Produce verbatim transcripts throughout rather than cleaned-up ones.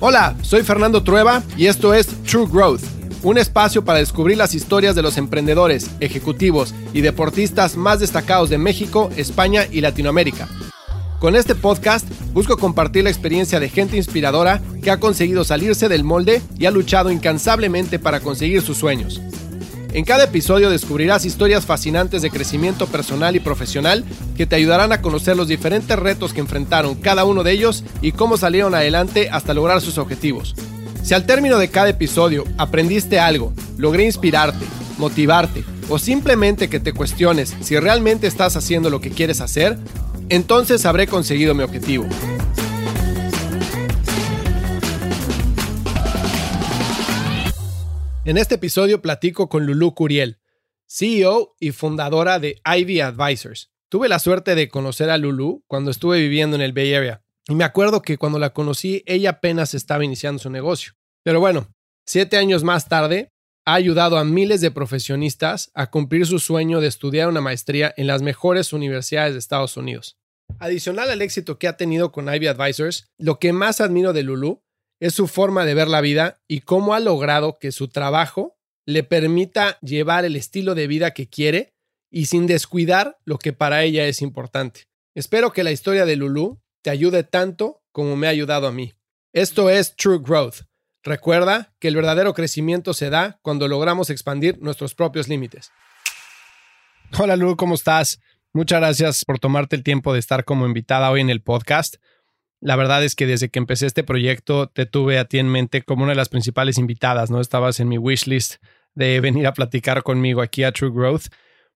Hola, soy Fernando Trueba y esto es True Growth, un espacio para descubrir las historias de los emprendedores, ejecutivos y deportistas más destacados de México, España y Latinoamérica. Con este podcast busco compartir la experiencia de gente inspiradora que ha conseguido salirse del molde y ha luchado incansablemente para conseguir sus sueños. En cada episodio descubrirás historias fascinantes de crecimiento personal y profesional que te ayudarán a conocer los diferentes retos que enfrentaron cada uno de ellos y cómo salieron adelante hasta lograr sus objetivos. Si al término de cada episodio aprendiste algo, logré inspirarte, motivarte o simplemente que te cuestiones si realmente estás haciendo lo que quieres hacer, entonces habré conseguido mi objetivo. En este episodio platico con Lulú Curiel, C E O y fundadora de Ivy Advisors. Tuve la suerte de conocer a Lulú cuando estuve viviendo en el Bay Area. Y me acuerdo que cuando la conocí, ella apenas estaba iniciando su negocio. Pero bueno, siete años más tarde, ha ayudado a miles de profesionistas a cumplir su sueño de estudiar una maestría en las mejores universidades de Estados Unidos. Adicional al éxito que ha tenido con Ivy Advisors, lo que más admiro de Lulú es su forma de ver la vida y cómo ha logrado que su trabajo le permita llevar el estilo de vida que quiere y sin descuidar lo que para ella es importante. Espero que la historia de Lulú te ayude tanto como me ha ayudado a mí. Esto es True Growth. Recuerda que el verdadero crecimiento se da cuando logramos expandir nuestros propios límites. Hola Lulú, ¿cómo estás? Muchas gracias por tomarte el tiempo de estar como invitada hoy en el podcast. La verdad es que desde que empecé este proyecto te tuve a ti en mente como una de las principales invitadas, ¿no? Estabas en mi wishlist de venir a platicar conmigo aquí a True Growth,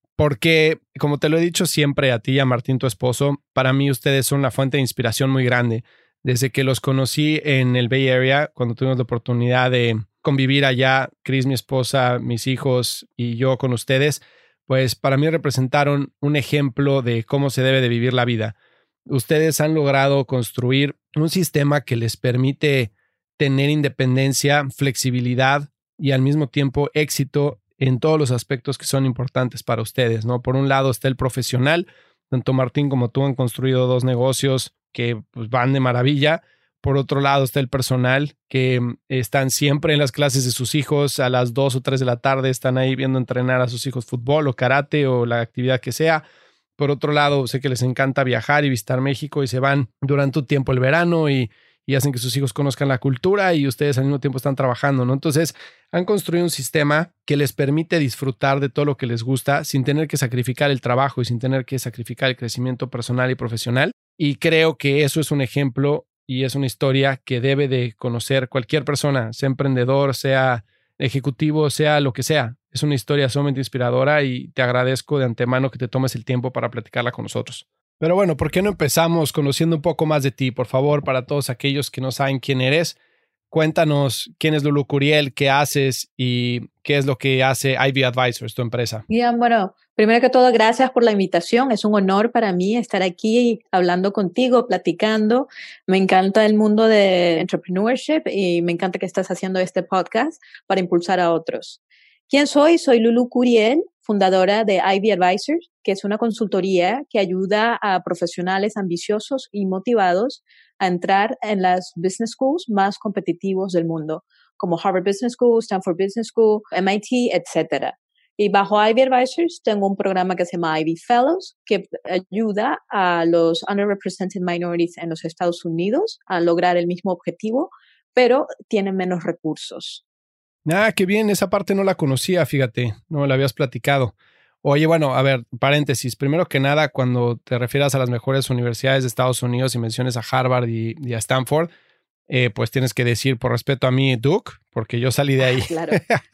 porque como te lo he dicho siempre a ti y a Martín, tu esposo, para mí ustedes son una fuente de inspiración muy grande. Desde que los conocí en el Bay Area, cuando tuvimos la oportunidad de convivir allá, Chris, mi esposa, mis hijos y yo con ustedes, pues para mí representaron un ejemplo de cómo se debe de vivir la vida. Ustedes han logrado construir un sistema que les permite tener independencia, flexibilidad y al mismo tiempo éxito en todos los aspectos que son importantes para ustedes, ¿no? Por un lado está el profesional. Tanto Martín como tú han construido dos negocios que pues, van de maravilla. Por otro lado está el personal, que están siempre en las clases de sus hijos a las dos o tres de la tarde, están ahí viendo entrenar a sus hijos fútbol o karate o la actividad que sea. Por otro lado, sé que les encanta viajar y visitar México y se van durante un tiempo el verano y, y hacen que sus hijos conozcan la cultura y ustedes al mismo tiempo están trabajando, ¿no? Entonces, han construido un sistema que les permite disfrutar de todo lo que les gusta sin tener que sacrificar el trabajo y sin tener que sacrificar el crecimiento personal y profesional. Y creo que eso es un ejemplo y es una historia que debe de conocer cualquier persona, sea emprendedor, sea ejecutivo, sea lo que sea. Es una historia sumamente inspiradora y te agradezco de antemano que te tomes el tiempo para platicarla con nosotros. Pero bueno, ¿por qué no empezamos conociendo un poco más de ti? Por favor, para todos aquellos que no saben quién eres, cuéntanos quién es Lulú Curiel, qué haces y qué es lo que hace Ivy Advisors, tu empresa. Bien, bueno, primero que todo, gracias por la invitación. Es un honor para mí estar aquí hablando contigo, platicando. Me encanta el mundo de entrepreneurship y me encanta que estás haciendo este podcast para impulsar a otros. ¿Quién soy? Soy Lulú Curiel, fundadora de Ivy Advisors, que es una consultoría que ayuda a profesionales ambiciosos y motivados a entrar en las business schools más competitivos del mundo, como Harvard Business School, Stanford Business School, M I T, etcétera. Y bajo Ivy Advisors tengo un programa que se llama Ivy Fellows, que ayuda a los underrepresented minorities en los Estados Unidos a lograr el mismo objetivo, pero tienen menos recursos. Ah, qué bien, esa parte no la conocía, fíjate, no me la habías platicado. Oye, bueno, a ver, paréntesis, primero que nada, cuando te refieras a las mejores universidades de Estados Unidos y menciones a Harvard y, y a Stanford, eh, pues tienes que decir por respeto a mí Duke, porque yo salí de ahí. Claro.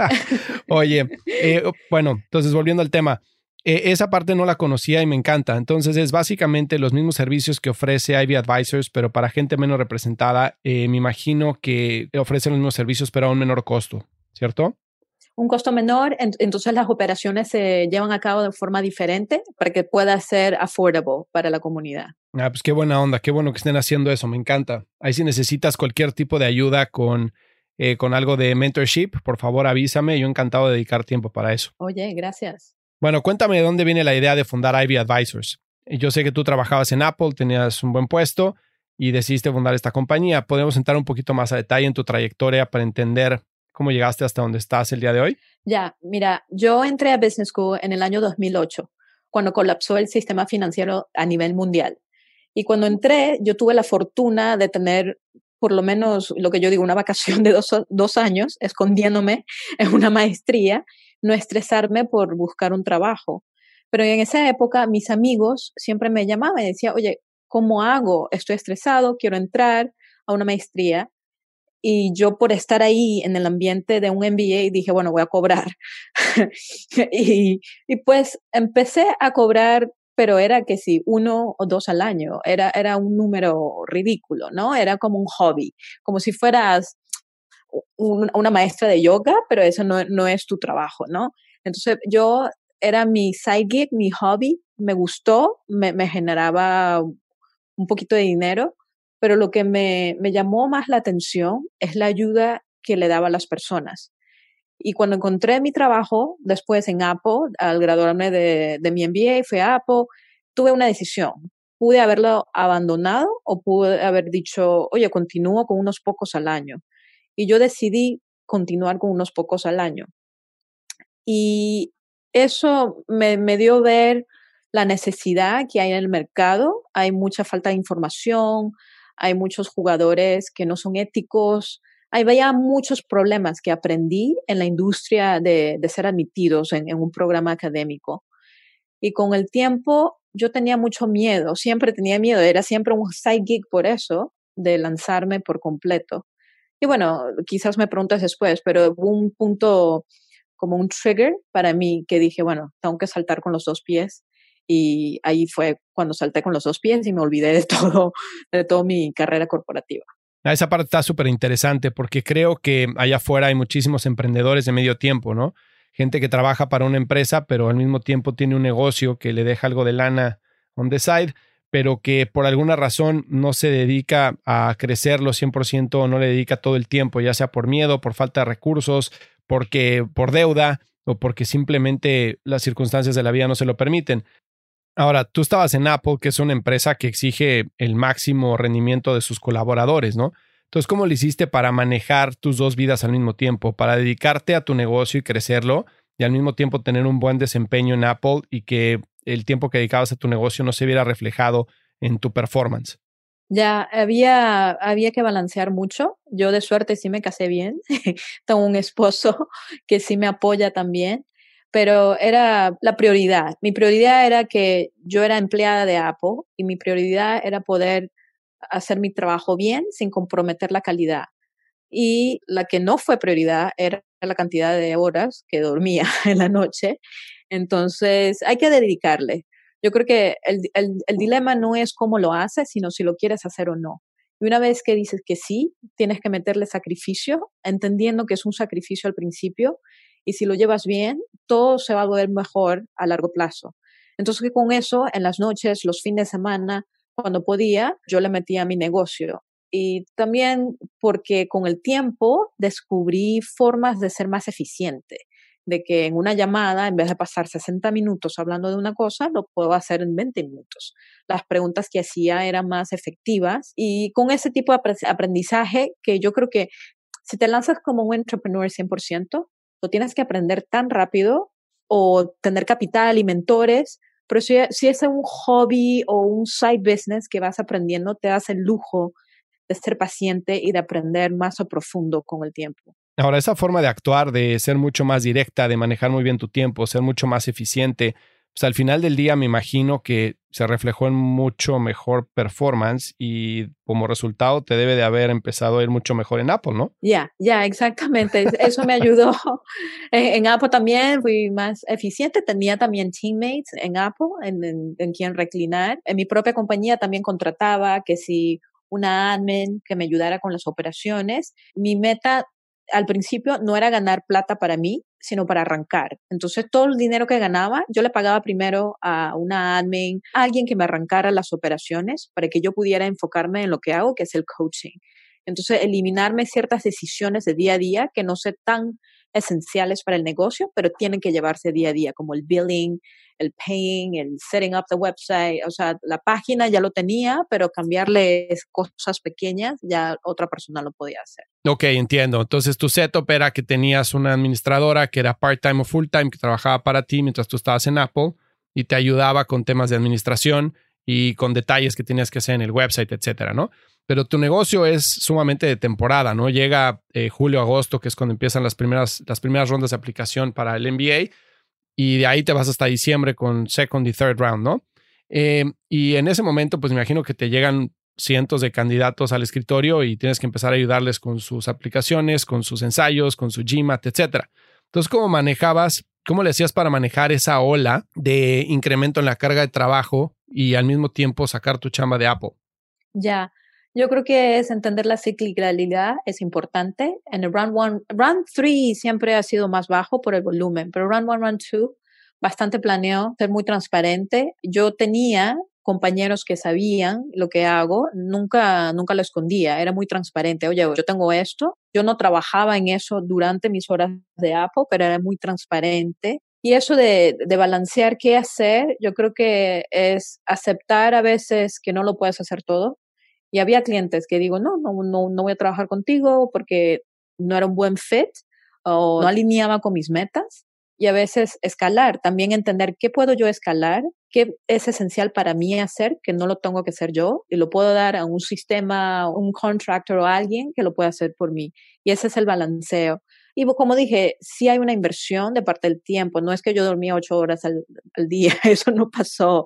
Oye, eh, bueno, entonces volviendo al tema, eh, esa parte no la conocía y me encanta. Entonces es básicamente los mismos servicios que ofrece Ivy Advisors, pero para gente menos representada. Eh, me imagino que ofrecen los mismos servicios, pero a un menor costo, ¿cierto? Un costo menor, entonces las operaciones se llevan a cabo de forma diferente para que pueda ser affordable para la comunidad. Ah, pues qué buena onda, qué bueno que estén haciendo eso, me encanta. Ahí si necesitas cualquier tipo de ayuda con, eh, con algo de mentorship, por favor avísame, yo encantado de dedicar tiempo para eso. Oye, gracias. Bueno, cuéntame de dónde viene la idea de fundar Ivy Advisors. Yo sé que tú trabajabas en Apple, tenías un buen puesto y decidiste fundar esta compañía. ¿Podemos entrar un poquito más a detalle en tu trayectoria para entender cómo llegaste hasta donde estás el día de hoy? Ya, mira, yo entré a Business School en el año dos mil ocho, cuando colapsó el sistema financiero a nivel mundial. Y cuando entré, yo tuve la fortuna de tener por lo menos lo que yo digo, una vacación de dos, dos años, escondiéndome en una maestría, no estresarme por buscar un trabajo. Pero en esa época mis amigos siempre me llamaban y decían, oye, ¿cómo hago? Estoy estresado, quiero entrar a una maestría. Y yo por estar ahí en el ambiente de un M B A dije, bueno, voy a cobrar. y, y pues empecé a cobrar, pero era que sí, uno o dos al año. Era, era un número ridículo, ¿no? Era como un hobby, como si fueras un, una maestra de yoga, pero eso no, no es tu trabajo, ¿no? Entonces yo era mi side gig, mi hobby, me gustó, me, me generaba un poquito de dinero, pero lo que me, me llamó más la atención es la ayuda que le daba a las personas. Y cuando encontré mi trabajo después en Apple, al graduarme de, de mi M B A, fui a Apple, tuve una decisión. Pude haberlo abandonado o pude haber dicho, oye, continúo con unos pocos al año. Y yo decidí continuar con unos pocos al año. Y eso me, me dio ver la necesidad que hay en el mercado. Hay mucha falta de información, hay muchos jugadores que no son éticos. Hay ya muchos problemas que aprendí en la industria de, de ser admitidos en, en un programa académico. Y con el tiempo yo tenía mucho miedo, siempre tenía miedo, era siempre un side gig por eso, de lanzarme por completo. Y bueno, quizás me preguntas después, pero hubo un punto como un trigger para mí que dije, bueno, tengo que saltar con los dos pies. Y ahí fue cuando salté con los dos pies y me olvidé de todo, de toda mi carrera corporativa. Esa parte está súper interesante porque creo que allá afuera hay muchísimos emprendedores de medio tiempo, ¿no? Gente que trabaja para una empresa, pero al mismo tiempo tiene un negocio que le deja algo de lana on the side, pero que por alguna razón no se dedica a crecerlo cien por ciento o no le dedica todo el tiempo, ya sea por miedo, por falta de recursos, porque por deuda o porque simplemente las circunstancias de la vida no se lo permiten. Ahora, tú estabas en Apple, que es una empresa que exige el máximo rendimiento de sus colaboradores, ¿no? Entonces, ¿cómo le hiciste para manejar tus dos vidas al mismo tiempo? Para dedicarte a tu negocio y crecerlo y al mismo tiempo tener un buen desempeño en Apple y que el tiempo que dedicabas a tu negocio no se viera reflejado en tu performance. Ya había, había que balancear mucho. Yo de suerte sí me casé bien. Tengo un esposo que sí me apoya también, pero era la prioridad. Mi prioridad era que yo era empleada de Apple y mi prioridad era poder hacer mi trabajo bien sin comprometer la calidad. Y la que no fue prioridad era la cantidad de horas que dormía en la noche. Entonces hay que dedicarle. Yo creo que el, el, el dilema no es cómo lo haces, sino si lo quieres hacer o no. Y una vez que dices que sí, tienes que meterle sacrificio, entendiendo que es un sacrificio al principio, y si lo llevas bien, todo se va a volver mejor a largo plazo. Entonces, con eso, en las noches, los fines de semana, cuando podía, yo le metía a mi negocio. Y también porque con el tiempo descubrí formas de ser más eficiente, de que en una llamada, en vez de pasar sesenta minutos hablando de una cosa, lo puedo hacer en veinte minutos. Las preguntas que hacía eran más efectivas y con ese tipo de aprendizaje que yo creo que si te lanzas como un entrepreneur cien por ciento, lo tienes que aprender tan rápido o tener capital y mentores, pero si, si es un hobby o un side business que vas aprendiendo, te das el lujo de ser paciente y de aprender más a profundo con el tiempo. Ahora, esa forma de actuar, de ser mucho más directa, de manejar muy bien tu tiempo, ser mucho más eficiente, pues al final del día me imagino que se reflejó en mucho mejor performance y como resultado te debe de haber empezado a ir mucho mejor en Apple, ¿no? Ya, yeah, ya, yeah, exactamente. Eso me ayudó. En, en Apple también fui más eficiente. Tenía también teammates en Apple en, en, en quien reclinar. En mi propia compañía también contrataba que si una admin que me ayudara con las operaciones. Mi meta al principio no era ganar plata para mí, sino para arrancar. Entonces, todo el dinero que ganaba, yo le pagaba primero a una admin, a alguien que me arrancara las operaciones para que yo pudiera enfocarme en lo que hago, que es el coaching. Entonces, eliminarme ciertas decisiones de día a día que no son tan esenciales para el negocio, pero tienen que llevarse día a día, como el billing, el paying, el setting up the website. O sea, la página ya lo tenía, pero cambiarle cosas pequeñas ya otra persona lo podía hacer. Ok, entiendo. Entonces tu setup era que tenías una administradora que era part-time o full-time, que trabajaba para ti mientras tú estabas en Apple y te ayudaba con temas de administración y con detalles que tenías que hacer en el website, etcétera, ¿no? Pero tu negocio es sumamente de temporada, ¿no? Llega eh, julio, agosto, que es cuando empiezan las primeras, las primeras rondas de aplicación para el M B A, y de ahí te vas hasta diciembre con second y third round, ¿no? Eh, y en ese momento, pues me imagino que te llegan cientos de candidatos al escritorio y tienes que empezar a ayudarles con sus aplicaciones, con sus ensayos, con su GMAT, etcétera. Entonces, ¿cómo manejabas, cómo le hacías para manejar esa ola de incremento en la carga de trabajo y al mismo tiempo sacar tu chamba de Apple? Ya, yo creo que es entender la ciclicalidad, es importante. En el round one, round three siempre ha sido más bajo por el volumen, pero round one, round two, bastante planeo, ser muy transparente. Yo tenía compañeros que sabían lo que hago, nunca, nunca lo escondía, era muy transparente. Oye, yo tengo esto, yo no trabajaba en eso durante mis horas de Apple, pero era muy transparente. Y eso de, de balancear qué hacer, yo creo que es aceptar a veces que no lo puedes hacer todo. Y había clientes que digo, no, no, no, no voy a trabajar contigo porque no era un buen fit o no alineaba con mis metas. Y a veces escalar, también entender qué puedo yo escalar, qué es esencial para mí hacer, que no lo tengo que hacer yo, y lo puedo dar a un sistema, un contractor o alguien que lo pueda hacer por mí. Y ese es el balanceo. Y como dije, sí hay una inversión de parte del tiempo. No es que yo dormía ocho horas al, al día, eso no pasó.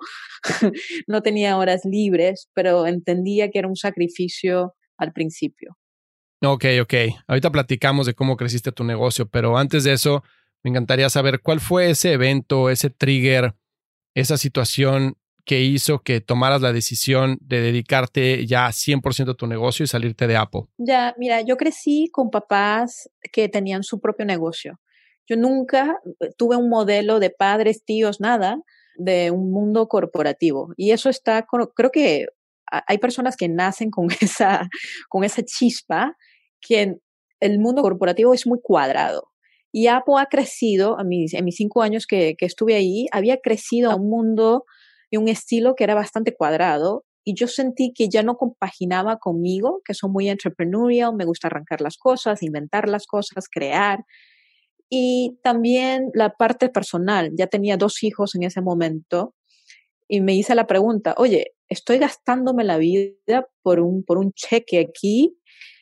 No tenía horas libres, pero entendía que era un sacrificio al principio. Ok, ok. Ahorita platicamos de cómo creciste tu negocio, pero antes de eso, me encantaría saber cuál fue ese evento, ese trigger, esa situación que hizo que tomaras la decisión de dedicarte ya cien por ciento a tu negocio y salirte de Apple. Ya, mira, yo crecí con papás que tenían su propio negocio. Yo nunca tuve un modelo de padres, tíos, nada, de un mundo corporativo. Y eso está, creo que hay personas que nacen con esa, con esa chispa, que el mundo corporativo es muy cuadrado. Y Apple ha crecido, a mis, en mis cinco años que, que estuve ahí, había crecido a un mundo y un estilo que era bastante cuadrado. Y yo sentí que ya no compaginaba conmigo, que soy muy entrepreneurial, me gusta arrancar las cosas, inventar las cosas, crear. Y también la parte personal, ya tenía dos hijos en ese momento y me hice la pregunta, oye, estoy gastándome la vida por un, por un cheque aquí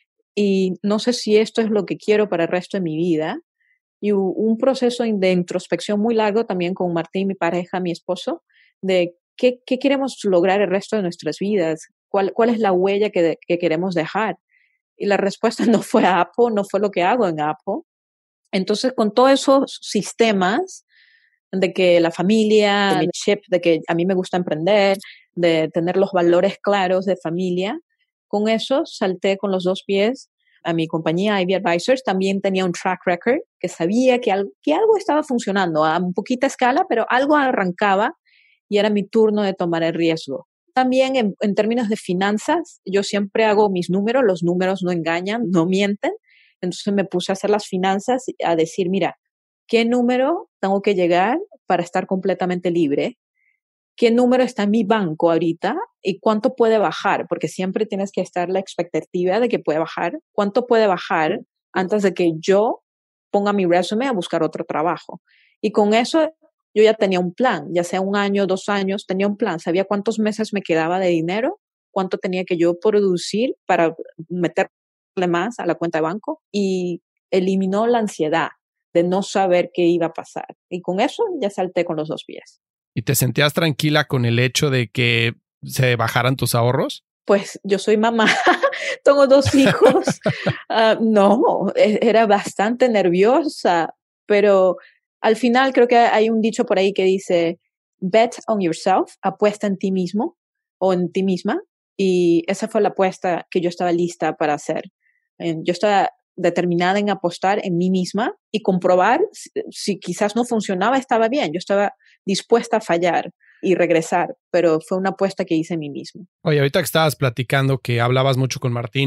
y no sé si esto es lo que quiero para el resto de mi vida. Y un proceso de introspección muy largo también con Martín, mi pareja, mi esposo, de qué, qué queremos lograr el resto de nuestras vidas, cuál, cuál es la huella que, de, que queremos dejar. Y la respuesta no fue Apple, no fue lo que hago en Apple. Entonces, con todos esos sistemas de que la familia, el chip, de que a mí me gusta emprender, de tener los valores claros de familia, con eso salté con los dos pies a mi compañía Ivy Advisors. También tenía un track record que sabía que algo, que algo estaba funcionando a un poquita escala, pero algo arrancaba y era mi turno de tomar el riesgo. También en, en términos de finanzas, yo siempre hago mis números, los números no engañan, no mienten. Entonces me puse a hacer las finanzas, a decir, mira, ¿qué número tengo que llegar para estar completamente libre? ¿Qué número está en mi banco ahorita? ¿Y cuánto puede bajar? Porque siempre tienes que estar la expectativa de que puede bajar. ¿Cuánto puede bajar antes de que yo ponga mi resumen a buscar otro trabajo? Y con eso yo ya tenía un plan, ya sea un año, dos años, tenía un plan. Sabía cuántos meses me quedaba de dinero, cuánto tenía que yo producir para meterle más a la cuenta de banco, y eliminó la ansiedad de no saber qué iba a pasar. Y con eso ya salté con los dos pies. ¿Y te sentías tranquila con el hecho de que se bajaran tus ahorros? Pues yo soy mamá, tengo dos hijos. uh, no, era bastante nerviosa, pero al final creo que hay un dicho por ahí que dice, bet on yourself, apuesta en ti mismo o en ti misma. Y esa fue la apuesta que yo estaba lista para hacer. Yo estaba determinada en apostar en mí misma y comprobar si, si quizás no funcionaba, estaba bien. Yo estaba dispuesta a fallar y regresar, pero fue una apuesta que hice en mí misma. Oye, ahorita que estabas platicando que hablabas mucho con Martín,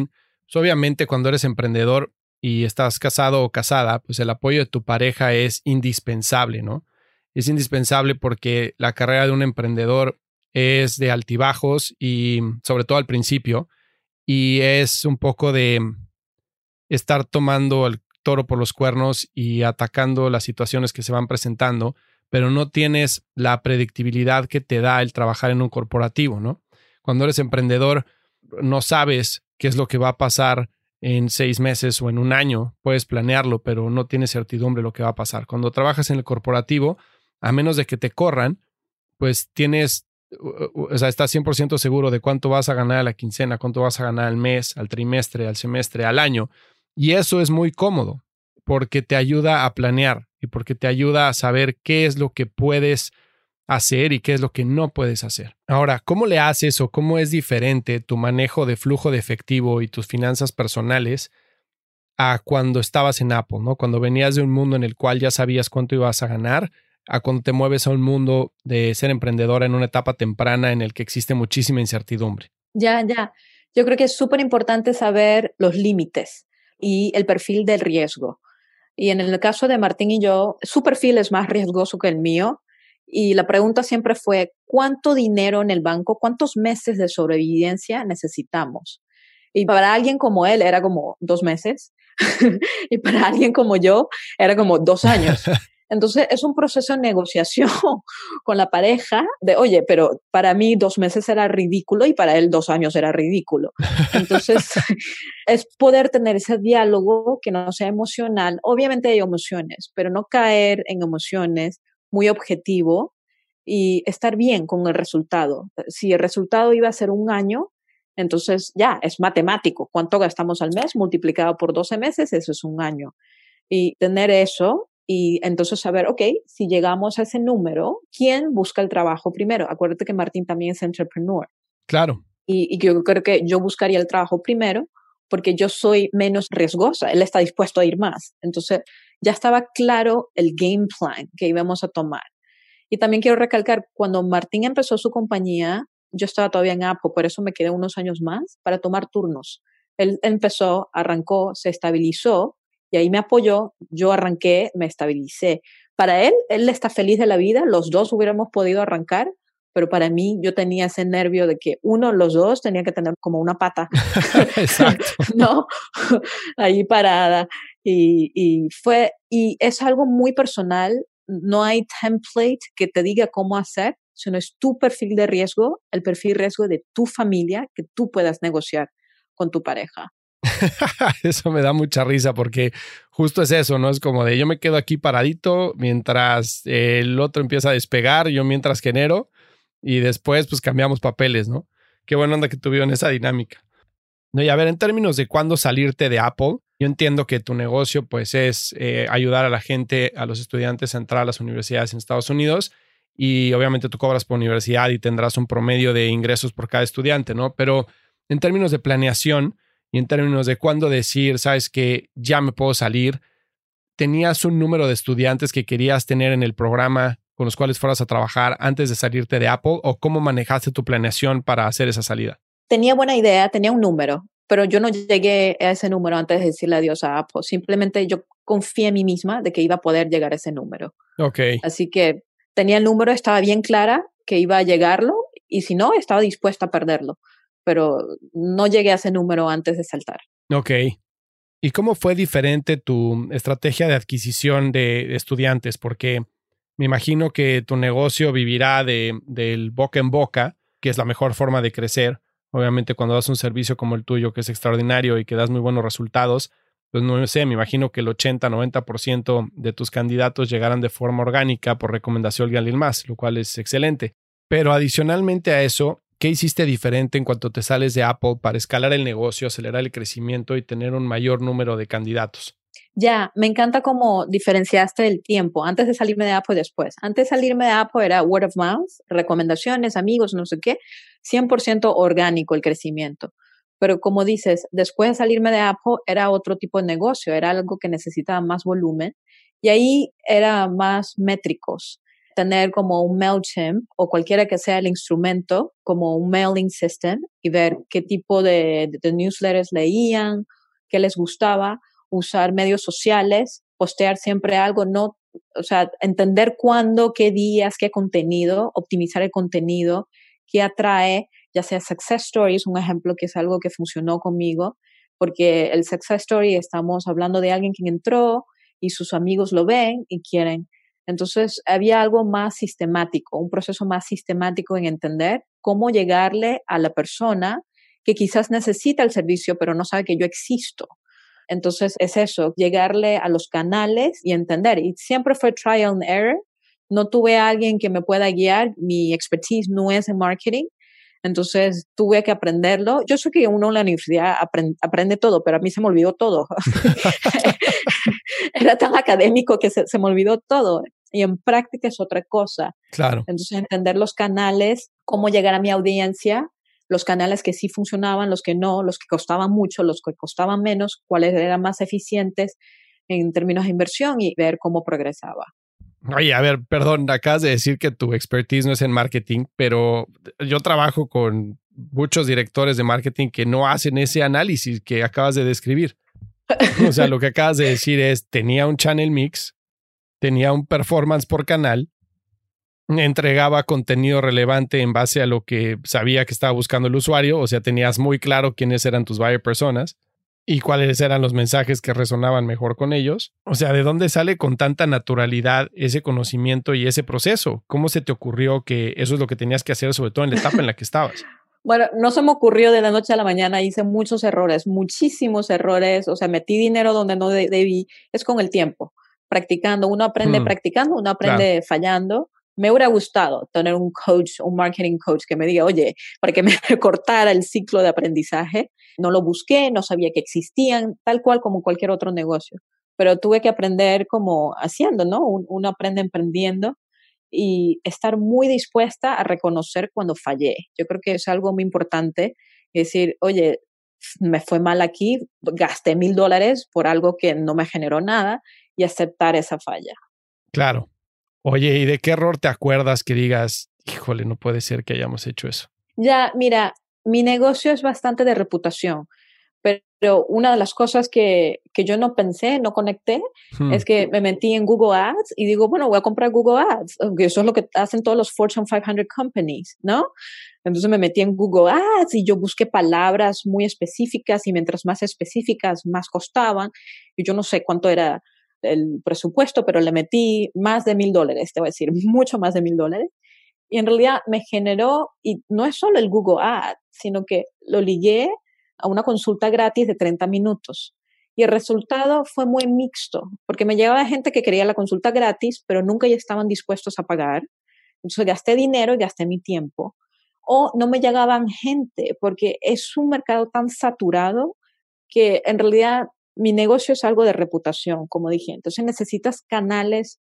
Pues obviamente cuando eres emprendedor y estás casado o casada, pues el apoyo de tu pareja es indispensable, ¿no? Es indispensable porque la carrera de un emprendedor es de altibajos y sobre todo al principio, y es un poco de estar tomando el toro por los cuernos y atacando las situaciones que se van presentando, pero no tienes la predictibilidad que te da el trabajar en un corporativo, ¿no? Cuando eres emprendedor, no sabes qué es lo que va a pasar en seis meses o en un año. Puedes planearlo, pero no tienes certidumbre de lo que va a pasar. Cuando trabajas en el corporativo, a menos de que te corran, pues tienes, o sea, estás cien por ciento seguro de cuánto vas a ganar a la quincena, cuánto vas a ganar al mes, al trimestre, al semestre, al año. Y eso es muy cómodo porque te ayuda a planear y porque te ayuda a saber qué es lo que puedes hacer y qué es lo que no puedes hacer. Ahora, ¿cómo le haces o cómo es diferente tu manejo de flujo de efectivo y tus finanzas personales a cuando estabas en Apple, ¿no? Cuando venías de un mundo en el cual ya sabías cuánto ibas a ganar, a cuando te mueves a un mundo de ser emprendedora en una etapa temprana en el que existe muchísima incertidumbre. Ya, ya. Yo creo que es súper importante saber los límites y el perfil del riesgo. Y en el caso de Martín y yo, su perfil es más riesgoso que el mío. Y la pregunta siempre fue, ¿cuánto dinero en el banco, cuántos meses de sobrevivencia necesitamos? Y para alguien como él era como dos meses. Y para alguien como yo era como dos años. Entonces es un proceso de negociación con la pareja de, oye, pero para mí dos meses era ridículo y para él dos años era ridículo. Entonces es poder tener ese diálogo que no sea emocional. Obviamente hay emociones, pero no caer en emociones, muy objetivo y estar bien con el resultado. Si el resultado iba a ser un año, entonces ya es matemático. ¿Cuánto gastamos al mes? Multiplicado por doce meses, eso es un año. Y tener eso y entonces saber, ok, si llegamos a ese número, ¿quién busca el trabajo primero? Acuérdate que Martín también es entrepreneur. Claro. Y, y yo creo que yo buscaría el trabajo primero porque yo soy menos riesgosa. Él está dispuesto a ir más. Entonces ya estaba claro el game plan que íbamos a tomar. Y también quiero recalcar, cuando Martín empezó su compañía, yo estaba todavía en Apple, por eso me quedé unos años más para tomar turnos. Él empezó, arrancó, se estabilizó y ahí me apoyó, yo arranqué, me estabilicé. Para él, él está feliz de la vida, los dos hubiéramos podido arrancar, pero para mí yo tenía ese nervio de que uno, los dos, tenía que tener como una pata. Exacto. ¿No? Ahí parada. Y, y fue, y es algo muy personal. No hay template que te diga cómo hacer, sino es tu perfil de riesgo, el perfil de riesgo de tu familia que tú puedas negociar con tu pareja. Eso me da mucha risa porque justo es eso, ¿no? Es como de yo me quedo aquí paradito mientras el otro empieza a despegar, yo mientras genero y después pues cambiamos papeles, ¿no? Qué buena onda que tuvieron esa dinámica. No, y a ver, en términos de cuándo salirte de Apple, yo entiendo que tu negocio pues es eh, ayudar a la gente, a los estudiantes a entrar a las universidades en Estados Unidos y obviamente tú cobras por universidad y tendrás un promedio de ingresos por cada estudiante, ¿no? Pero en términos de planeación y en términos de cuándo decir, sabes que ya me puedo salir, ¿tenías un número de estudiantes que querías tener en el programa con los cuales fueras a trabajar antes de salirte de Apple o cómo manejaste tu planeación para hacer esa salida? Tenía buena idea, tenía un número, pero yo no llegué a ese número antes de decirle adiós a Apple. Simplemente yo confié en mí misma de que iba a poder llegar a ese número. Ok. Así que tenía el número, estaba bien clara que iba a llegarlo y si no, estaba dispuesta a perderlo. Pero no llegué a ese número antes de saltar. Ok. ¿Y cómo fue diferente tu estrategia de adquisición de estudiantes? Porque me imagino que tu negocio vivirá de, del boca en boca, que es la mejor forma de crecer. Obviamente cuando das un servicio como el tuyo, que es extraordinario y que das muy buenos resultados, pues no sé, me imagino que el ochenta, noventa por ciento de tus candidatos llegarán de forma orgánica por recomendación de alguien más, lo cual es excelente. Pero adicionalmente a eso, ¿qué hiciste diferente en cuanto te sales de Apple para escalar el negocio, acelerar el crecimiento y tener un mayor número de candidatos? Ya, me encanta cómo diferenciaste el tiempo antes de salirme de Apple y después. Antes de salirme de Apple era word of mouth, recomendaciones, amigos, no sé qué, cien por ciento orgánico el crecimiento. Pero como dices, después de salirme de Apple era otro tipo de negocio, era algo que necesitaba más volumen y ahí era más métricos. tener como un MailChimp o cualquiera que sea el instrumento, como un mailing system, y ver qué tipo de, de newsletters leían, qué les gustaba, usar medios sociales, postear siempre algo, no, o sea, entender cuándo, qué días, qué contenido, optimizar el contenido, qué atrae, ya sea success stories, un ejemplo que es algo que funcionó conmigo, porque el success story estamos hablando de alguien que entró y sus amigos lo ven y quieren. Entonces, había algo más sistemático, un proceso más sistemático en entender cómo llegarle a la persona que quizás necesita el servicio, pero no sabe que yo existo. Entonces, es eso, llegarle a los canales y entender. Y siempre fue trial and error. No tuve a alguien que me pueda guiar. Mi expertise no es en marketing. Entonces, tuve que aprenderlo. Yo sé que uno en la universidad aprende, aprende todo, pero a mí se me olvidó todo. Era tan académico que se, se me olvidó todo. Y en práctica es otra cosa. Claro. Entonces, entender los canales, cómo llegar a mi audiencia, los canales que sí funcionaban, los que no, los que costaban mucho, los que costaban menos, cuáles eran más eficientes en términos de inversión y ver cómo progresaba. Oye, a ver, perdón, acabas de decir que tu expertise no es en marketing, pero yo trabajo con muchos directores de marketing que no hacen ese análisis que acabas de describir. O sea, lo que acabas de decir es, tenía un channel mix, tenía un performance por canal, entregaba contenido relevante en base a lo que sabía que estaba buscando el usuario, o sea, tenías muy claro quiénes eran tus buyer personas y cuáles eran los mensajes que resonaban mejor con ellos. O sea, ¿de dónde sale con tanta naturalidad ese conocimiento y ese proceso? ¿Cómo se te ocurrió que eso es lo que tenías que hacer, sobre todo en la etapa en la que estabas? Bueno, no se me ocurrió de la noche a la mañana, hice muchos errores, muchísimos errores, o sea, metí dinero donde no de- debí, es con el tiempo, practicando, uno aprende Hmm, practicando, uno claro. aprende fallando. Me hubiera gustado tener un coach, un marketing coach que me diga, oye, para que me cortara el ciclo de aprendizaje, no lo busqué, no sabía que existían, tal cual como cualquier otro negocio, pero tuve que aprender como haciendo, ¿no? Un- Uno aprende emprendiendo y estar muy dispuesta a reconocer cuando fallé. Yo creo que es algo muy importante, decir, oye, me fue mal aquí, gasté mil dólares por algo que no me generó nada y aceptar esa falla. Claro. Oye, ¿y de qué error te acuerdas que digas, híjole, no puede ser que hayamos hecho eso? Ya, mira, mi negocio es bastante de reputación, pero una de las cosas que, que yo no pensé, no conecté, Hmm, es que me metí en Google Ads y digo, bueno, voy a comprar Google Ads, aunque eso es lo que hacen todos los Fortune quinientas companies, ¿no? Entonces me metí en Google Ads y yo busqué palabras muy específicas y mientras más específicas, más costaban. Y yo no sé cuánto era el presupuesto, pero le metí más de mil dólares, te voy a decir, mucho más de mil dólares. Y en realidad me generó, y no es solo el Google Ads, sino que lo ligué a una consulta gratis de treinta minutos. Y el resultado fue muy mixto, porque me llegaba gente que quería la consulta gratis, pero nunca ya estaban dispuestos a pagar. Entonces gasté dinero y gasté mi tiempo. O no me llegaban gente, porque es un mercado tan saturado que en realidad mi negocio es algo de reputación, como dije. Entonces necesitas canales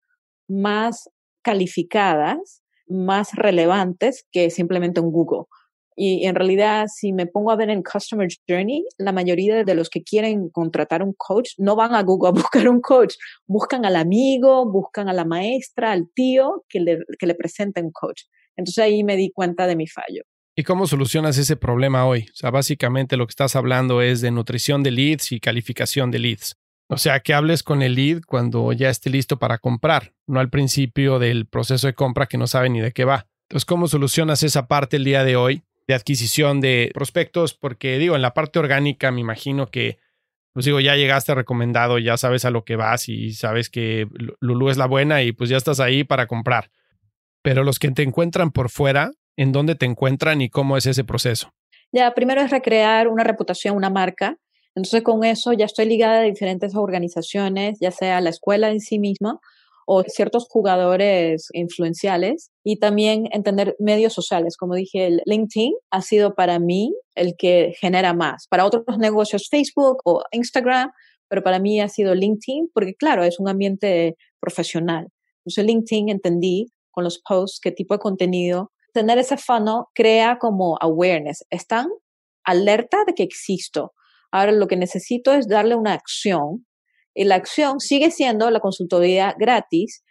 más calificadas, más relevantes que simplemente un Google. Y en realidad, si me pongo a ver en Customer Journey, la mayoría de los que quieren contratar un coach no van a Google a buscar un coach, buscan al amigo, buscan a la maestra, al tío que le, que le presente un coach. Entonces ahí me di cuenta de mi fallo. ¿Y cómo solucionas ese problema hoy? O sea, básicamente lo que estás hablando es de nutrición de leads y calificación de leads. O sea, que hables con el lead cuando ya esté listo para comprar, no al principio del proceso de compra que no sabe ni de qué va. Entonces, ¿cómo solucionas esa parte el día de hoy de adquisición de prospectos? Porque digo, en la parte orgánica me imagino que, pues digo, ya llegaste recomendado, ya sabes a lo que vas y sabes que Lulú es la buena y pues ya estás ahí para comprar. Pero los que te encuentran por fuera, ¿en dónde te encuentran y cómo es ese proceso? Ya, primero es recrear una reputación, una marca. Entonces, con eso ya estoy ligada a diferentes organizaciones, ya sea la escuela en sí misma o ciertos jugadores influenciales y también entender medios sociales. Como dije, el LinkedIn ha sido para mí el que genera más. Para otros negocios, Facebook o Instagram, pero para mí ha sido LinkedIn porque, claro, es un ambiente profesional. Entonces, LinkedIn entendí con los posts qué tipo de contenido tener ese funnel crea como awareness. Están alerta de que existo. Ahora lo que necesito es darle una acción y la acción sigue siendo la consultoría gratis,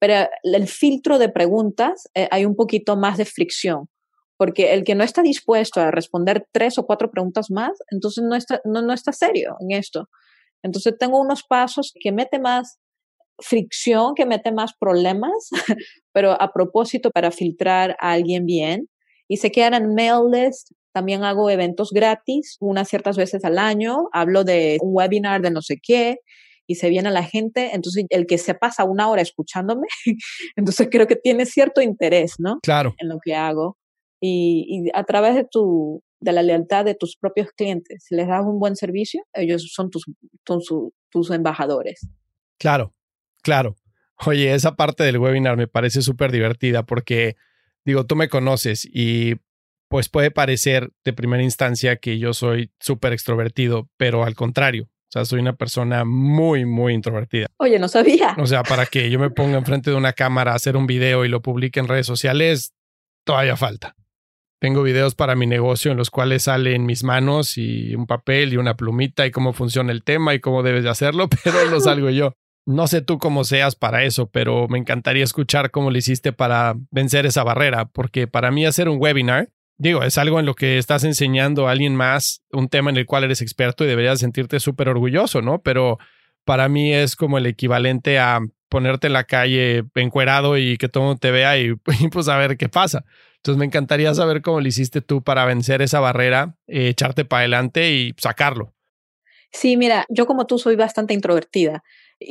pero el filtro de preguntas eh, hay un poquito más de fricción, porque el que no está dispuesto a responder tres o cuatro preguntas más, entonces no está, no, no está serio en esto. Entonces tengo unos pasos que mete más fricción, que mete más problemas, pero a propósito para filtrar a alguien bien. Y se quedan en mail list. También hago eventos gratis, unas ciertas veces al año. Hablo de un webinar de no sé qué y se viene la gente. Entonces, el que se pasa una hora escuchándome, entonces creo que tiene cierto interés, ¿no? Claro. En lo que hago. Y, y a través de tu, de la lealtad de tus propios clientes, si les das un buen servicio, ellos son tus, son su, tus embajadores. Claro, claro. Oye, esa parte del webinar me parece súper divertida porque, digo, tú me conoces y pues puede parecer de primera instancia que yo soy súper extrovertido, pero al contrario, o sea, soy una persona muy, muy introvertida. Oye, no sabía. O sea, para que yo me ponga enfrente de una cámara a hacer un video y lo publique en redes sociales, todavía falta. Tengo videos para mi negocio en los cuales salen mis manos y un papel y una plumita y cómo funciona el tema y cómo debes de hacerlo, pero no salgo yo. No sé tú cómo seas para eso, pero me encantaría escuchar cómo lo hiciste para vencer esa barrera, porque para mí hacer un webinar, digo, es algo en lo que estás enseñando a alguien más, un tema en el cual eres experto y deberías sentirte súper orgulloso, ¿no? Pero para mí es como el equivalente a ponerte en la calle encuerado y que todo el mundo te vea y, y pues a ver qué pasa. Entonces me encantaría saber cómo lo hiciste tú para vencer esa barrera, eh, echarte para adelante y sacarlo. Sí, mira, yo como tú soy bastante introvertida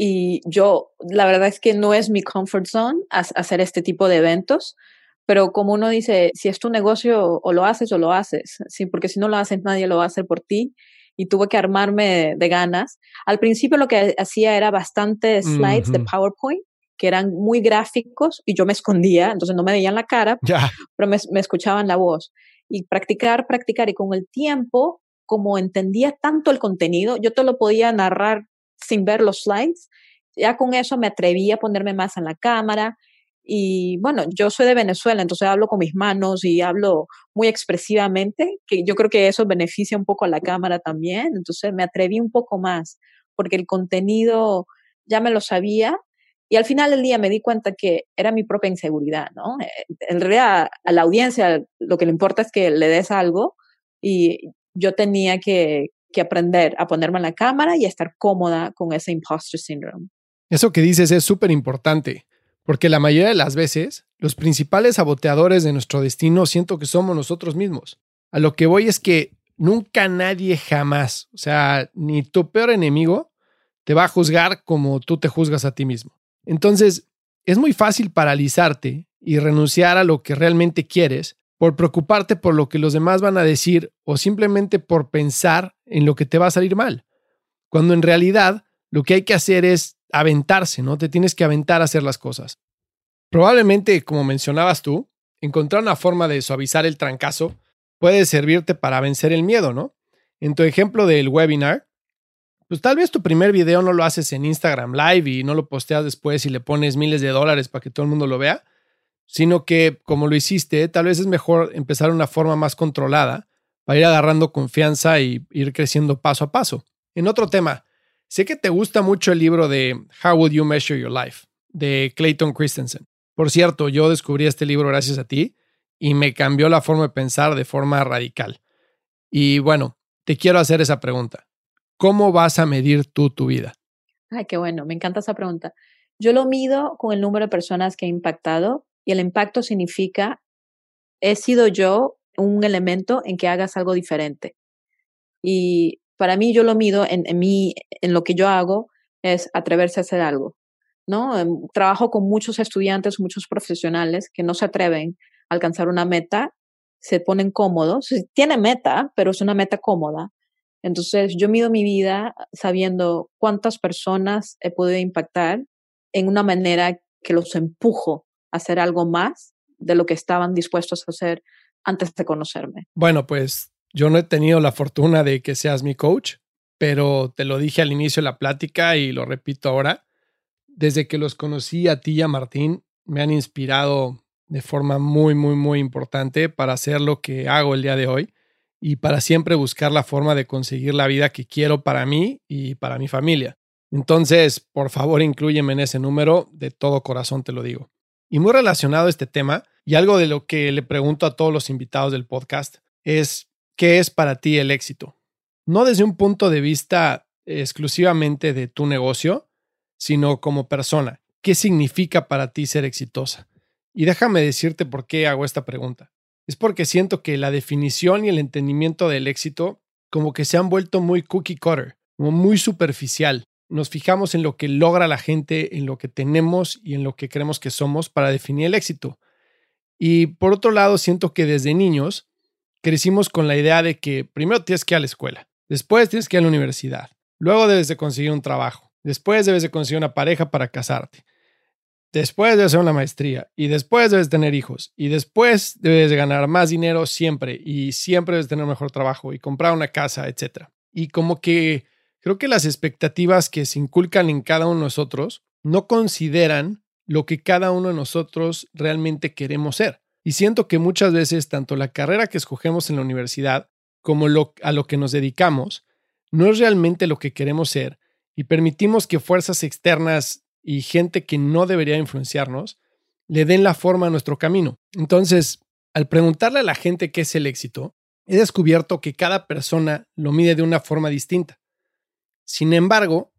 y yo, la verdad es que no es mi comfort zone hacer este tipo de eventos, pero como uno dice, si es tu negocio o lo haces o lo haces, sí, porque si no lo haces nadie lo va a hacer por ti y tuve que armarme de ganas. Al principio lo que hacía era bastantes slides uh-huh. de PowerPoint que eran muy gráficos y yo me escondía, entonces no me veían la cara, yeah. pero me, me escuchaban la voz. Y practicar, practicar, y con el tiempo, como entendía tanto el contenido, yo te lo podía narrar sin ver los slides, ya con eso me atreví a ponerme más en la cámara. Y bueno, yo soy de Venezuela, entonces hablo con mis manos y hablo muy expresivamente, que yo creo que eso beneficia un poco a la cámara también, entonces me atreví un poco más, porque el contenido ya me lo sabía. Y al final del día me di cuenta que era mi propia inseguridad, ¿no? En realidad a la audiencia lo que le importa es que le des algo y yo tenía que, que aprender a ponerme en la cámara y a estar cómoda con ese imposter syndrome. Eso que dices es súper importante, porque la mayoría de las veces los principales saboteadores de nuestro destino siento que somos nosotros mismos. A lo que voy es que nunca nadie jamás, o sea, ni tu peor enemigo te va a juzgar como tú te juzgas a ti mismo. Entonces, es muy fácil paralizarte y renunciar a lo que realmente quieres por preocuparte por lo que los demás van a decir o simplemente por pensar en lo que te va a salir mal. Cuando en realidad lo que hay que hacer es aventarse, ¿no? Te tienes que aventar a hacer las cosas. Probablemente, como mencionabas tú, encontrar una forma de suavizar el trancazo puede servirte para vencer el miedo, ¿no? En tu ejemplo del webinar, pues tal vez tu primer video no lo haces en Instagram Live y no lo posteas después y le pones miles de dólares para que todo el mundo lo vea, sino que como lo hiciste, tal vez es mejor empezar de una forma más controlada para ir agarrando confianza y ir creciendo paso a paso. En otro tema, sé que te gusta mucho el libro de How Would You Measure Your Life, de Clayton Christensen. Por cierto, yo descubrí este libro gracias a ti y me cambió la forma de pensar de forma radical. Y bueno, te quiero hacer esa pregunta. ¿Cómo vas a medir tú tu vida? Ay, qué bueno, me encanta esa pregunta. Yo lo mido con el número de personas que he impactado y el impacto significa, he sido yo un elemento en que hagas algo diferente. Y para mí yo lo mido en, en mí, en lo que yo hago, es atreverse a hacer algo, ¿no? Trabajo con muchos estudiantes, muchos profesionales que no se atreven a alcanzar una meta, se ponen cómodos, tienen meta, pero es una meta cómoda. Entonces, yo mido mi vida sabiendo cuántas personas he podido impactar en una manera que los empujo a hacer algo más de lo que estaban dispuestos a hacer antes de conocerme. Bueno, pues yo no he tenido la fortuna de que seas mi coach, pero te lo dije al inicio de la plática y lo repito ahora. Desde que los conocí a ti y a Martín, me han inspirado de forma muy, muy, muy importante para hacer lo que hago el día de hoy. Y para siempre buscar la forma de conseguir la vida que quiero para mí y para mi familia. Entonces, por favor, inclúyeme en ese número, de todo corazón te lo digo. Y muy relacionado a este tema, y algo de lo que le pregunto a todos los invitados del podcast, es ¿qué es para ti el éxito? No desde un punto de vista exclusivamente de tu negocio, sino como persona. ¿Qué significa para ti ser exitosa? Y déjame decirte por qué hago esta pregunta. Es porque siento que la definición y el entendimiento del éxito como que se han vuelto muy cookie cutter, como muy superficial. Nos fijamos en lo que logra la gente, en lo que tenemos y en lo que creemos que somos para definir el éxito. Y por otro lado, siento que desde niños crecimos con la idea de que primero tienes que ir a la escuela, después tienes que ir a la universidad, luego debes de conseguir un trabajo, después debes de conseguir una pareja para casarte, después debes hacer una maestría y después debes tener hijos y después debes de ganar más dinero siempre y siempre debes tener mejor trabajo y comprar una casa, etcétera. Y como que creo que las expectativas que se inculcan en cada uno de nosotros no consideran lo que cada uno de nosotros realmente queremos ser. Y siento que muchas veces tanto la carrera que escogemos en la universidad como lo, a lo que nos dedicamos no es realmente lo que queremos ser y permitimos que fuerzas externas y gente que no debería influenciarnos le den la forma a nuestro camino. Entonces, al preguntarle a la gente qué es el éxito, he descubierto que cada persona lo mide de una forma distinta. Sin embargo,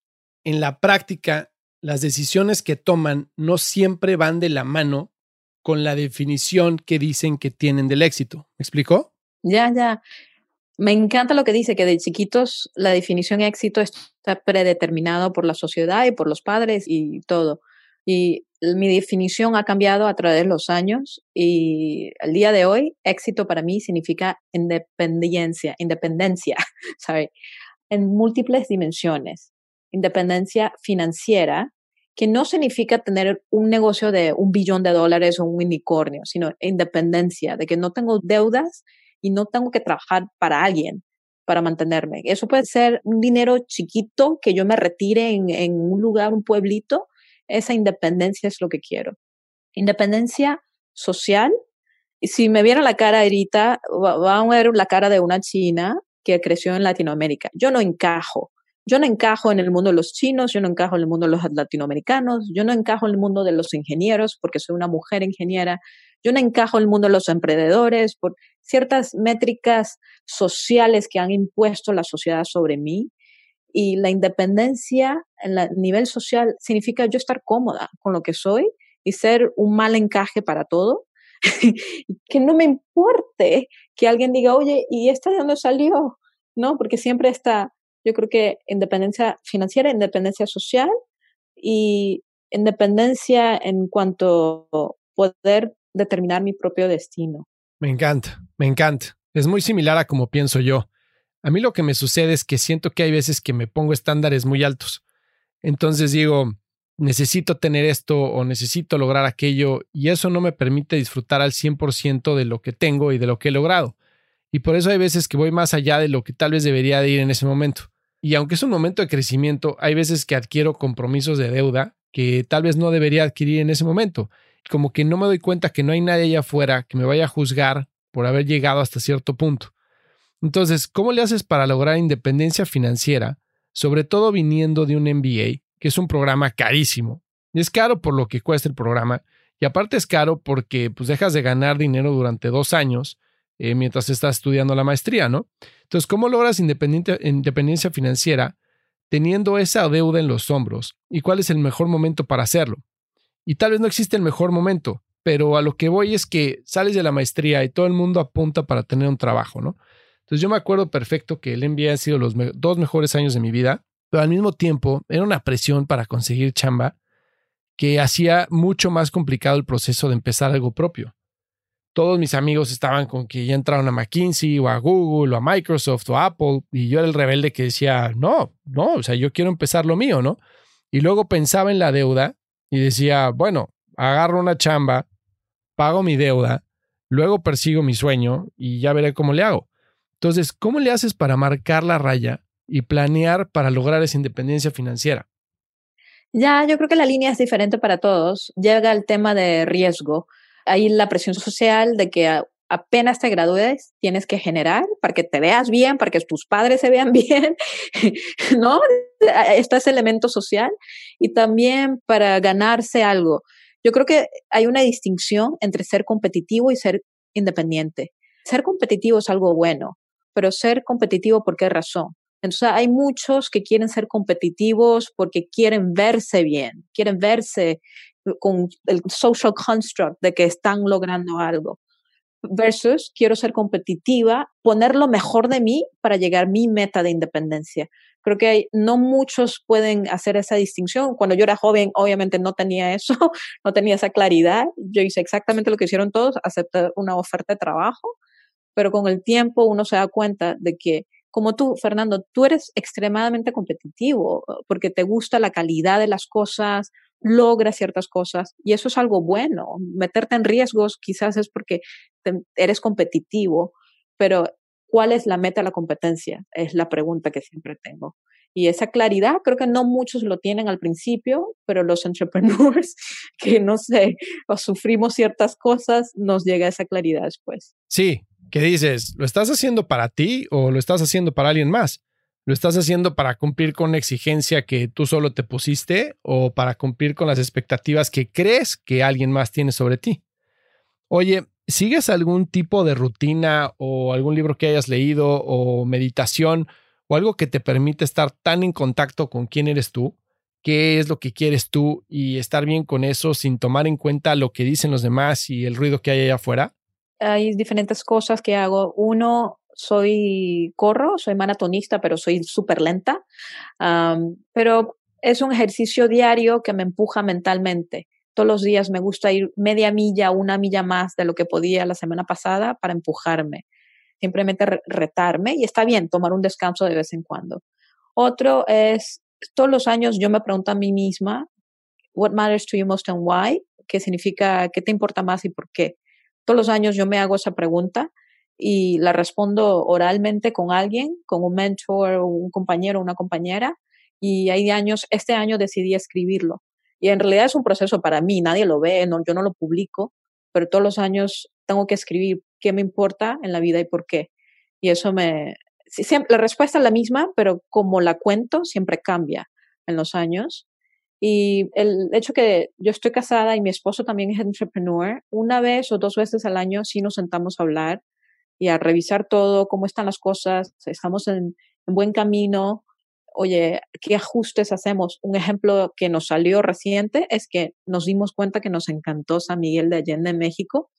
en la práctica, las decisiones que toman no siempre van de la mano con la definición que dicen que tienen del éxito. ¿Me explicó? Ya, ya. Me encanta lo que dice, que de chiquitos la definición de éxito está predeterminado por la sociedad y por los padres y todo. Y mi definición ha cambiado a través de los años y al día de hoy, éxito para mí significa independencia, independencia, sorry, en múltiples dimensiones. Independencia financiera, que no significa tener un negocio de un billón de dólares o un unicornio, sino independencia, de que no tengo deudas y no tengo que trabajar para alguien para mantenerme. Eso puede ser un dinero chiquito que yo me retire en, en un lugar, un pueblito. Esa independencia es lo que quiero. Independencia social. Y si me vieran la cara ahorita, van a ver la cara de una china que creció en Latinoamérica. Yo no encajo. Yo no encajo en el mundo de los chinos, yo no encajo en el mundo de los latinoamericanos, yo no encajo en el mundo de los ingenieros porque soy una mujer ingeniera, yo no encajo en el mundo de los emprendedores por ciertas métricas sociales que han impuesto la sociedad sobre mí. Y la independencia en el nivel social significa yo estar cómoda con lo que soy y ser un mal encaje para todo. Que no me importe que alguien diga, oye, ¿y esta de dónde salió? ¿No? Porque siempre está... Yo creo que independencia financiera, independencia social y independencia en cuanto a poder determinar mi propio destino. Me encanta, me encanta. Es muy similar a como pienso yo. A mí lo que me sucede es que siento que hay veces que me pongo estándares muy altos. Entonces digo, necesito tener esto o necesito lograr aquello y eso no me permite disfrutar al cien por ciento de lo que tengo y de lo que he logrado. Y por eso hay veces que voy más allá de lo que tal vez debería de ir en ese momento. Y aunque es un momento de crecimiento, hay veces que adquiero compromisos de deuda que tal vez no debería adquirir en ese momento. Como que no me doy cuenta que no hay nadie allá afuera que me vaya a juzgar por haber llegado hasta cierto punto. Entonces, ¿cómo le haces para lograr independencia financiera, sobre todo viniendo de un M B A, que es un programa carísimo? Y es caro por lo que cuesta el programa y aparte es caro porque pues, dejas de ganar dinero durante dos años Eh, mientras estás estudiando la maestría, ¿no? Entonces, ¿cómo logras independencia financiera teniendo esa deuda en los hombros? ¿Y cuál es el mejor momento para hacerlo? Y tal vez no existe el mejor momento, pero a lo que voy es que sales de la maestría y todo el mundo apunta para tener un trabajo, ¿no? Entonces, yo me acuerdo perfecto que el M B A han sido los me- dos mejores años de mi vida, pero al mismo tiempo era una presión para conseguir chamba que hacía mucho más complicado el proceso de empezar algo propio. Todos mis amigos estaban con que ya entraron a McKinsey o a Google o a Microsoft o a Apple y yo era el rebelde que decía, no, no, o sea, yo quiero empezar lo mío, ¿no? Y luego pensaba en la deuda y decía, bueno, agarro una chamba, pago mi deuda, luego persigo mi sueño y ya veré cómo le hago. Entonces, ¿cómo le haces para marcar la raya y planear para lograr esa independencia financiera? Ya, yo creo que la línea es diferente para todos. Llega el tema de riesgo. Hay la presión social de que a- apenas te gradúes tienes que generar para que te veas bien, para que tus padres se vean bien, ¿no? está ese elemento social y también para ganarse algo. Yo creo que hay una distinción entre ser competitivo y ser independiente. Ser competitivo es algo bueno, pero ser competitivo, ¿por qué razón? Entonces hay muchos que quieren ser competitivos porque quieren verse bien, quieren verse con el social construct de que están logrando algo. Versus quiero ser competitiva, poner lo mejor de mí para llegar a mi meta de independencia. Creo que hay, no muchos pueden hacer esa distinción. Cuando yo era joven, obviamente no tenía eso, no tenía esa claridad. Yo hice exactamente lo que hicieron todos, aceptar una oferta de trabajo, pero con el tiempo uno se da cuenta de que, como tú, Fernando, tú eres extremadamente competitivo porque te gusta la calidad de las cosas, logras ciertas cosas y eso es algo bueno. Meterte en riesgos quizás es porque te, eres competitivo, pero ¿cuál es la meta de la competencia? Es la pregunta que siempre tengo. Y esa claridad creo que no muchos lo tienen al principio, pero los entrepreneurs que no sé, o sufrimos ciertas cosas, nos llega esa claridad después. Sí, ¿qué dices? ¿Lo estás haciendo para ti o lo estás haciendo para alguien más? ¿Lo estás haciendo para cumplir con una exigencia que tú solo te pusiste o para cumplir con las expectativas que crees que alguien más tiene sobre ti? Oye, ¿sigues algún tipo de rutina o algún libro que hayas leído o meditación o algo que te permite estar tan en contacto con quién eres tú, qué es lo que quieres tú y estar bien con eso sin tomar en cuenta lo que dicen los demás y el ruido que hay allá afuera? Hay diferentes cosas que hago. Uno, soy corro, soy maratonista, pero soy súper lenta. Um, pero es un ejercicio diario que me empuja mentalmente. Todos los días me gusta ir media milla, una milla más de lo que podía la semana pasada para empujarme. Simplemente re- retarme y está bien tomar un descanso de vez en cuando. Otro es, todos los años yo me pregunto a mí misma, what matters to you most and why? ¿Qué significa, qué te importa más y por qué? Todos los años yo me hago esa pregunta y la respondo oralmente con alguien, con un mentor, un compañero, una compañera. Y hay años, este año decidí escribirlo. Y en realidad es un proceso para mí, nadie lo ve, no, yo no lo publico, pero todos los años tengo que escribir qué me importa en la vida y por qué. Y eso me... Siempre, la respuesta es la misma, pero como la cuento, siempre cambia en los años. Y el hecho que yo estoy casada y mi esposo también es entrepreneur, una vez o dos veces al año sí nos sentamos a hablar y a revisar todo, cómo están las cosas, estamos en, en buen camino, oye, ¿qué ajustes hacemos? Un ejemplo que nos salió reciente es que nos dimos cuenta que nos encantó San Miguel de Allende, México,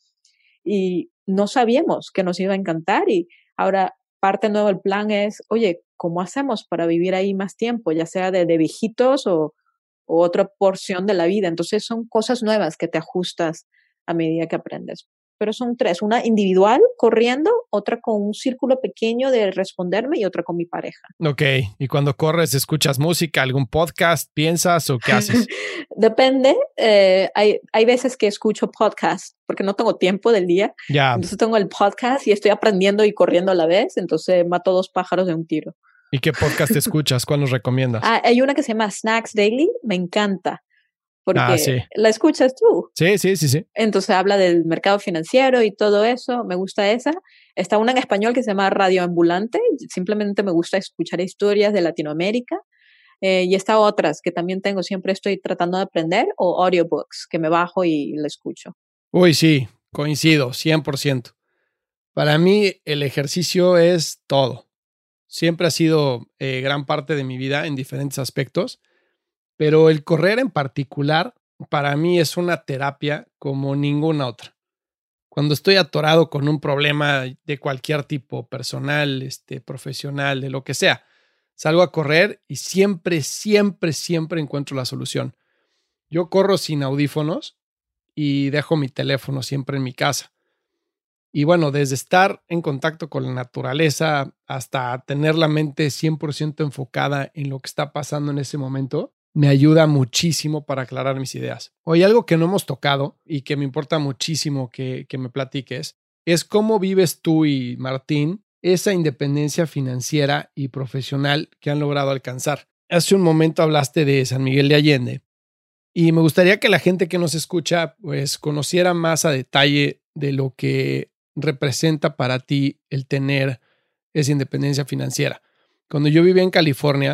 y no sabíamos que nos iba a encantar y ahora parte nuevo del plan es, oye, ¿cómo hacemos para vivir ahí más tiempo, ya sea de, de viejitos o o otra porción de la vida? Entonces son cosas nuevas que te ajustas a medida que aprendes. Pero son tres, una individual corriendo, otra con un círculo pequeño de responderme y otra con mi pareja. Ok, ¿y cuando corres escuchas música, algún podcast, piensas o qué haces? Depende, eh, hay, hay veces que escucho podcast porque no tengo tiempo del día, Ya. entonces tengo el podcast y estoy aprendiendo y corriendo a la vez, entonces mato dos pájaros de un tiro. ¿Y qué podcast escuchas? ¿Cuál nos recomiendas? Ah, hay una que se llama Snacks Daily, me encanta, porque Ah, sí. la escuchas tú. Sí, sí, sí, sí. Entonces habla del mercado financiero y todo eso, me gusta esa. Está una en español que se llama Radio Ambulante, simplemente me gusta escuchar historias de Latinoamérica. Eh, y está otras que también tengo, siempre estoy tratando de aprender, o audiobooks, que me bajo y la escucho. Uy, sí, coincido, cien por ciento. Para mí el ejercicio es todo. Siempre ha sido eh, gran parte de mi vida en diferentes aspectos, pero el correr en particular para mí es una terapia como ninguna otra. Cuando estoy atorado con un problema de cualquier tipo, personal, este, profesional, de lo que sea, salgo a correr y siempre, siempre, siempre encuentro la solución. Yo corro sin audífonos y dejo mi teléfono siempre en mi casa. Y bueno, desde estar en contacto con la naturaleza hasta tener la mente cien por ciento enfocada en lo que está pasando en ese momento, me ayuda muchísimo para aclarar mis ideas. Hoy algo que no hemos tocado y que me importa muchísimo que, que me platiques es cómo vives tú y Martín esa independencia financiera y profesional que han logrado alcanzar. Hace un momento hablaste de San Miguel de Allende y me gustaría que la gente que nos escucha pues conociera más a detalle de lo que representa para ti el tener esa independencia financiera. Cuando yo vivía en California,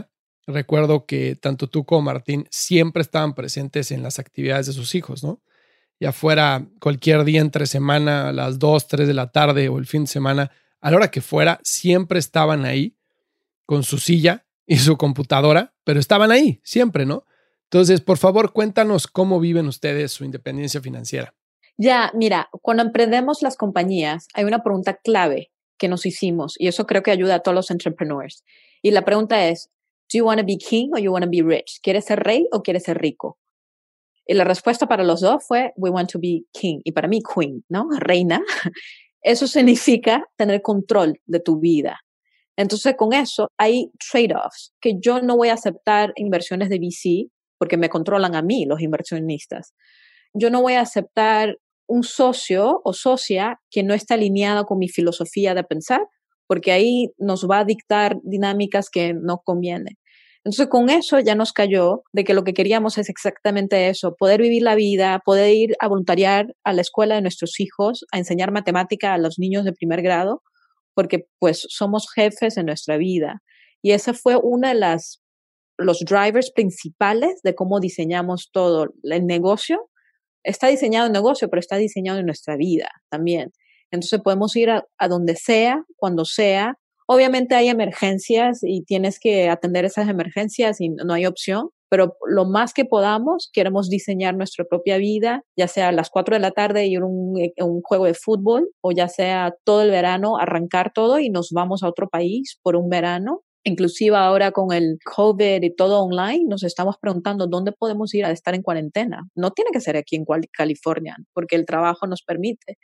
recuerdo que tanto tú como Martín siempre estaban presentes en las actividades de sus hijos, ¿no? Ya fuera cualquier día entre semana, a las dos, tres de la tarde o el fin de semana, a la hora que fuera, siempre estaban ahí con su silla y su computadora, pero estaban ahí, siempre, ¿no? Entonces, por favor, cuéntanos cómo viven ustedes su independencia financiera. Ya, mira, cuando emprendemos las compañías, hay una pregunta clave que nos hicimos y eso creo que ayuda a todos los entrepreneurs. Y la pregunta es, ¿do you want to be king or you want to be rich? ¿Quieres ser rey o quieres ser rico? Y la respuesta para los dos fue, we want to be king. Y para mí, queen, ¿no? Reina. Eso significa tener control de tu vida. Entonces, con eso hay trade-offs, que yo no voy a aceptar inversiones de V C porque me controlan a mí, los inversionistas. Yo no voy a aceptar un socio o socia que no está alineado con mi filosofía de pensar, porque ahí nos va a dictar dinámicas que no convienen. Entonces, con eso ya nos cayó de que lo que queríamos es exactamente eso, poder vivir la vida, poder ir a voluntariar a la escuela de nuestros hijos, a enseñar matemática a los niños de primer grado, porque pues somos jefes en nuestra vida. Y ese fue uno de las, los drivers principales de cómo diseñamos todo. El negocio está diseñado en negocio, pero está diseñado en nuestra vida también. Entonces podemos ir a, a donde sea, cuando sea. Obviamente hay emergencias y tienes que atender esas emergencias y no hay opción, pero lo más que podamos queremos diseñar nuestra propia vida, ya sea a las cuatro de la tarde ir a un, un juego de fútbol o ya sea todo el verano arrancar todo y nos vamos a otro país por un verano. Inclusive ahora con el COVID y todo online, nos estamos preguntando dónde podemos ir a estar en cuarentena. No tiene que ser aquí en California, porque el trabajo nos permite.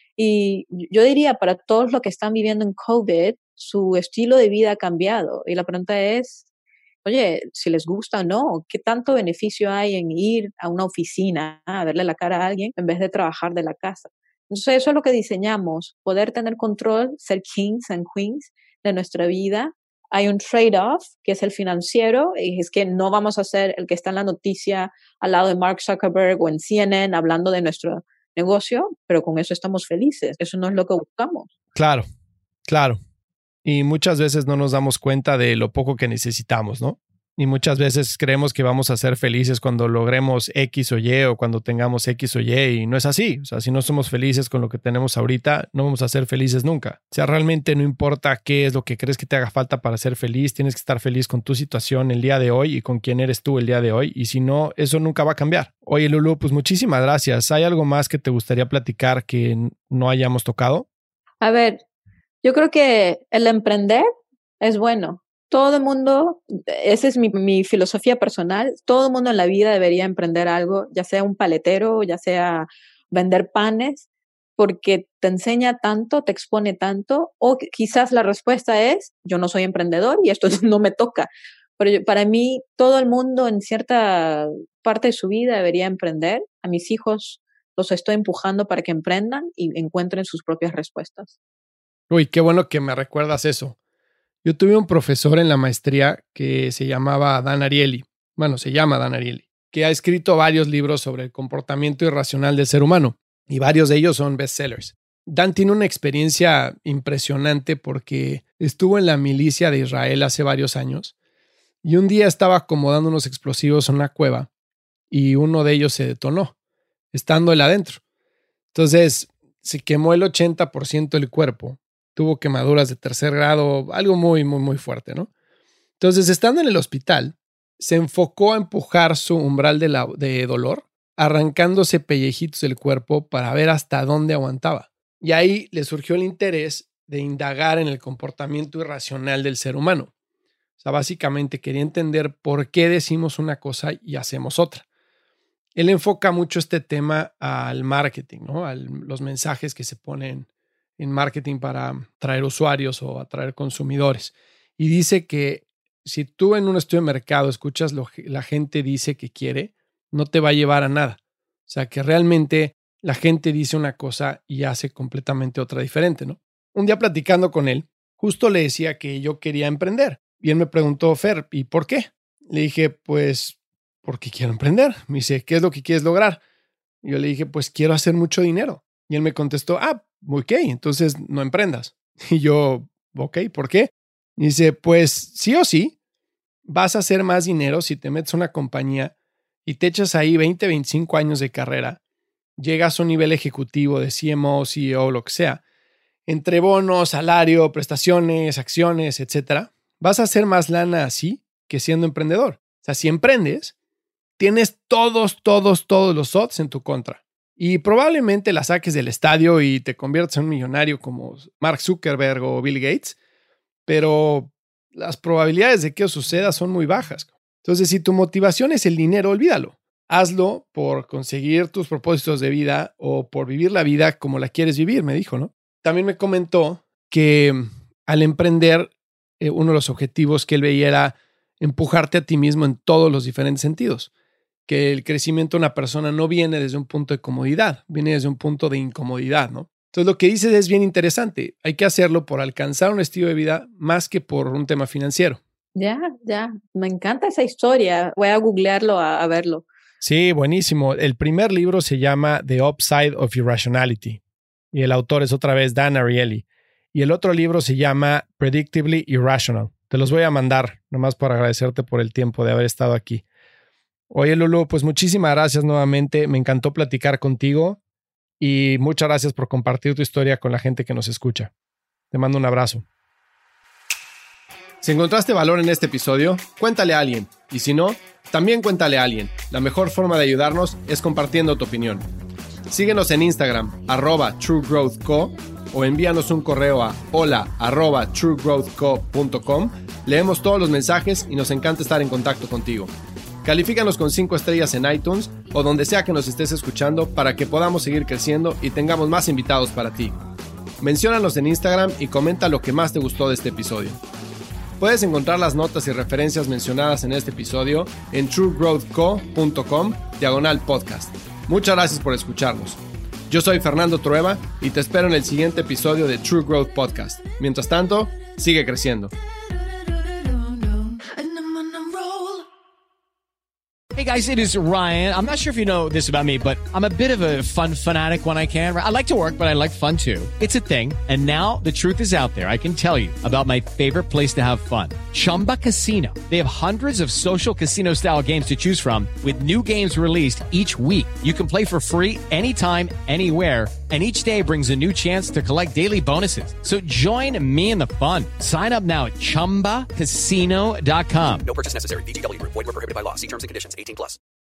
Y yo diría, para todos los que están viviendo en COVID, su estilo de vida ha cambiado. Y la pregunta es, oye, si les gusta o no, ¿qué tanto beneficio hay en ir a una oficina a verle la cara a alguien en vez de trabajar de la casa? Entonces, eso es lo que diseñamos, poder tener control, ser kings and queens de nuestra vida. Hay un trade-off, que es el financiero, y es que no vamos a ser el que está en la noticia al lado de Mark Zuckerberg o en C N N hablando de nuestro negocio, pero con eso estamos felices. Eso no es lo que buscamos. Claro, claro. Y muchas veces no nos damos cuenta de lo poco que necesitamos, ¿no? Y muchas veces creemos que vamos a ser felices cuando logremos X o Y o cuando tengamos X o Y y no es así. O sea, si no somos felices con lo que tenemos ahorita, no vamos a ser felices nunca. O sea, realmente no importa qué es lo que crees que te haga falta para ser feliz, tienes que estar feliz con tu situación el día de hoy y con quién eres tú el día de hoy. Y si no, eso nunca va a cambiar. Oye, Lulu, pues muchísimas gracias. ¿Hay algo más que te gustaría platicar que no hayamos tocado? A ver, yo creo que el emprender es bueno. Todo el mundo, esa es mi, mi filosofía personal, todo el mundo en la vida debería emprender algo, ya sea un paletero, ya sea vender panes, porque te enseña tanto, te expone tanto, o quizás la respuesta es, yo no soy emprendedor y esto no me toca. Pero yo, para mí, todo el mundo en cierta parte de su vida debería emprender. A mis hijos los estoy empujando para que emprendan y encuentren sus propias respuestas. Uy, qué bueno que me recuerdas eso. Yo tuve un profesor en la maestría que se llamaba Dan Ariely, bueno, se llama Dan Ariely, que ha escrito varios libros sobre el comportamiento irracional del ser humano, y varios de ellos son bestsellers. Dan tiene una experiencia impresionante porque estuvo en la milicia de Israel hace varios años, y un día estaba acomodando unos explosivos en una cueva, y uno de ellos se detonó, estando él adentro. Entonces, se quemó el ochenta por ciento del cuerpo. Tuvo quemaduras de tercer grado, algo muy, muy, muy fuerte, ¿no? Entonces, estando en el hospital, se enfocó a empujar su umbral de, la, de dolor, arrancándose pellejitos del cuerpo para ver hasta dónde aguantaba. Y ahí le surgió el interés de indagar en el comportamiento irracional del ser humano. O sea, básicamente quería entender por qué decimos una cosa y hacemos otra. Él enfoca mucho este tema al marketing, ¿no? A los mensajes que se ponen en marketing para atraer usuarios o atraer consumidores. Y dice que si tú en un estudio de mercado escuchas lo que la gente dice que quiere, no te va a llevar a nada. O sea, que realmente la gente dice una cosa y hace completamente otra diferente, ¿no? Un día platicando con él, justo le decía que yo quería emprender. Y él me preguntó, Fer, ¿y por qué? Le dije, pues, porque quiero emprender. Me dice, ¿qué es lo que quieres lograr? Y yo le dije, pues quiero hacer mucho dinero. Y él me contestó, ah, ok, entonces no emprendas. Y yo, ok, ¿por qué? Y dice, pues sí o sí, vas a hacer más dinero si te metes a una compañía y te echas ahí veinte, veinticinco años de carrera, llegas a un nivel ejecutivo de C M O, C E O, lo que sea, entre bonos, salario, prestaciones, acciones, etcétera, vas a hacer más lana así que siendo emprendedor. O sea, si emprendes, tienes todos, todos, todos los odds en tu contra. Y probablemente la saques del estadio y te conviertas en un millonario como Mark Zuckerberg o Bill Gates, pero las probabilidades de que eso suceda son muy bajas. Entonces, si tu motivación es el dinero, olvídalo. Hazlo por conseguir tus propósitos de vida o por vivir la vida como la quieres vivir, me dijo, ¿no? También me comentó que al emprender, eh, uno de los objetivos que él veía era empujarte a ti mismo en todos los diferentes sentidos. Que el crecimiento de una persona no viene desde un punto de comodidad, viene desde un punto de incomodidad, ¿no? Entonces, lo que dices es bien interesante. Hay que hacerlo por alcanzar un estilo de vida más que por un tema financiero. Ya, ya. Me encanta esa historia. Voy a googlearlo, a, a verlo. Sí, buenísimo. El primer libro se llama The Upside of Irrationality y el autor es otra vez Dan Ariely. Y el otro libro se llama Predictably Irrational. Te los voy a mandar, nomás para agradecerte por el tiempo de haber estado aquí. Oye, Lulu, pues muchísimas gracias nuevamente. Me encantó platicar contigo y muchas gracias por compartir tu historia con la gente que nos escucha. Te mando un abrazo. Si encontraste valor en este episodio, cuéntale a alguien. Y si no, también cuéntale a alguien. La mejor forma de ayudarnos es compartiendo tu opinión. Síguenos en Instagram, arroba truegrowthco, o envíanos un correo a hola arroba truegrowthco punto com. Leemos todos los mensajes y nos encanta estar en contacto contigo. Califícanos con cinco estrellas en iTunes o donde sea que nos estés escuchando para que podamos seguir creciendo y tengamos más invitados para ti. Menciónanos en Instagram y comenta lo que más te gustó de este episodio. Puedes encontrar las notas y referencias mencionadas en este episodio en truegrowthco punto com diagonal podcast. Muchas gracias por escucharnos. Yo soy Fernando Trueba y te espero en el siguiente episodio de True Growth Podcast. Mientras tanto, sigue creciendo. Hey guys, it is Ryan. I'm not sure if you know this about me, but I'm a bit of a fun fanatic when I can. I like to work, but I like fun too. It's a thing. And now the truth is out there. I can tell you about my favorite place to have fun. Chumba Casino. They have hundreds of social casino style games to choose from with new games released each week. You can play for free anytime, anywhere. And each day brings a new chance to collect daily bonuses. So join me in the fun. Sign up now at chumba casino dot com. No purchase necessary. V G W Group. Void where prohibited by law. See terms and conditions. eighteen plus.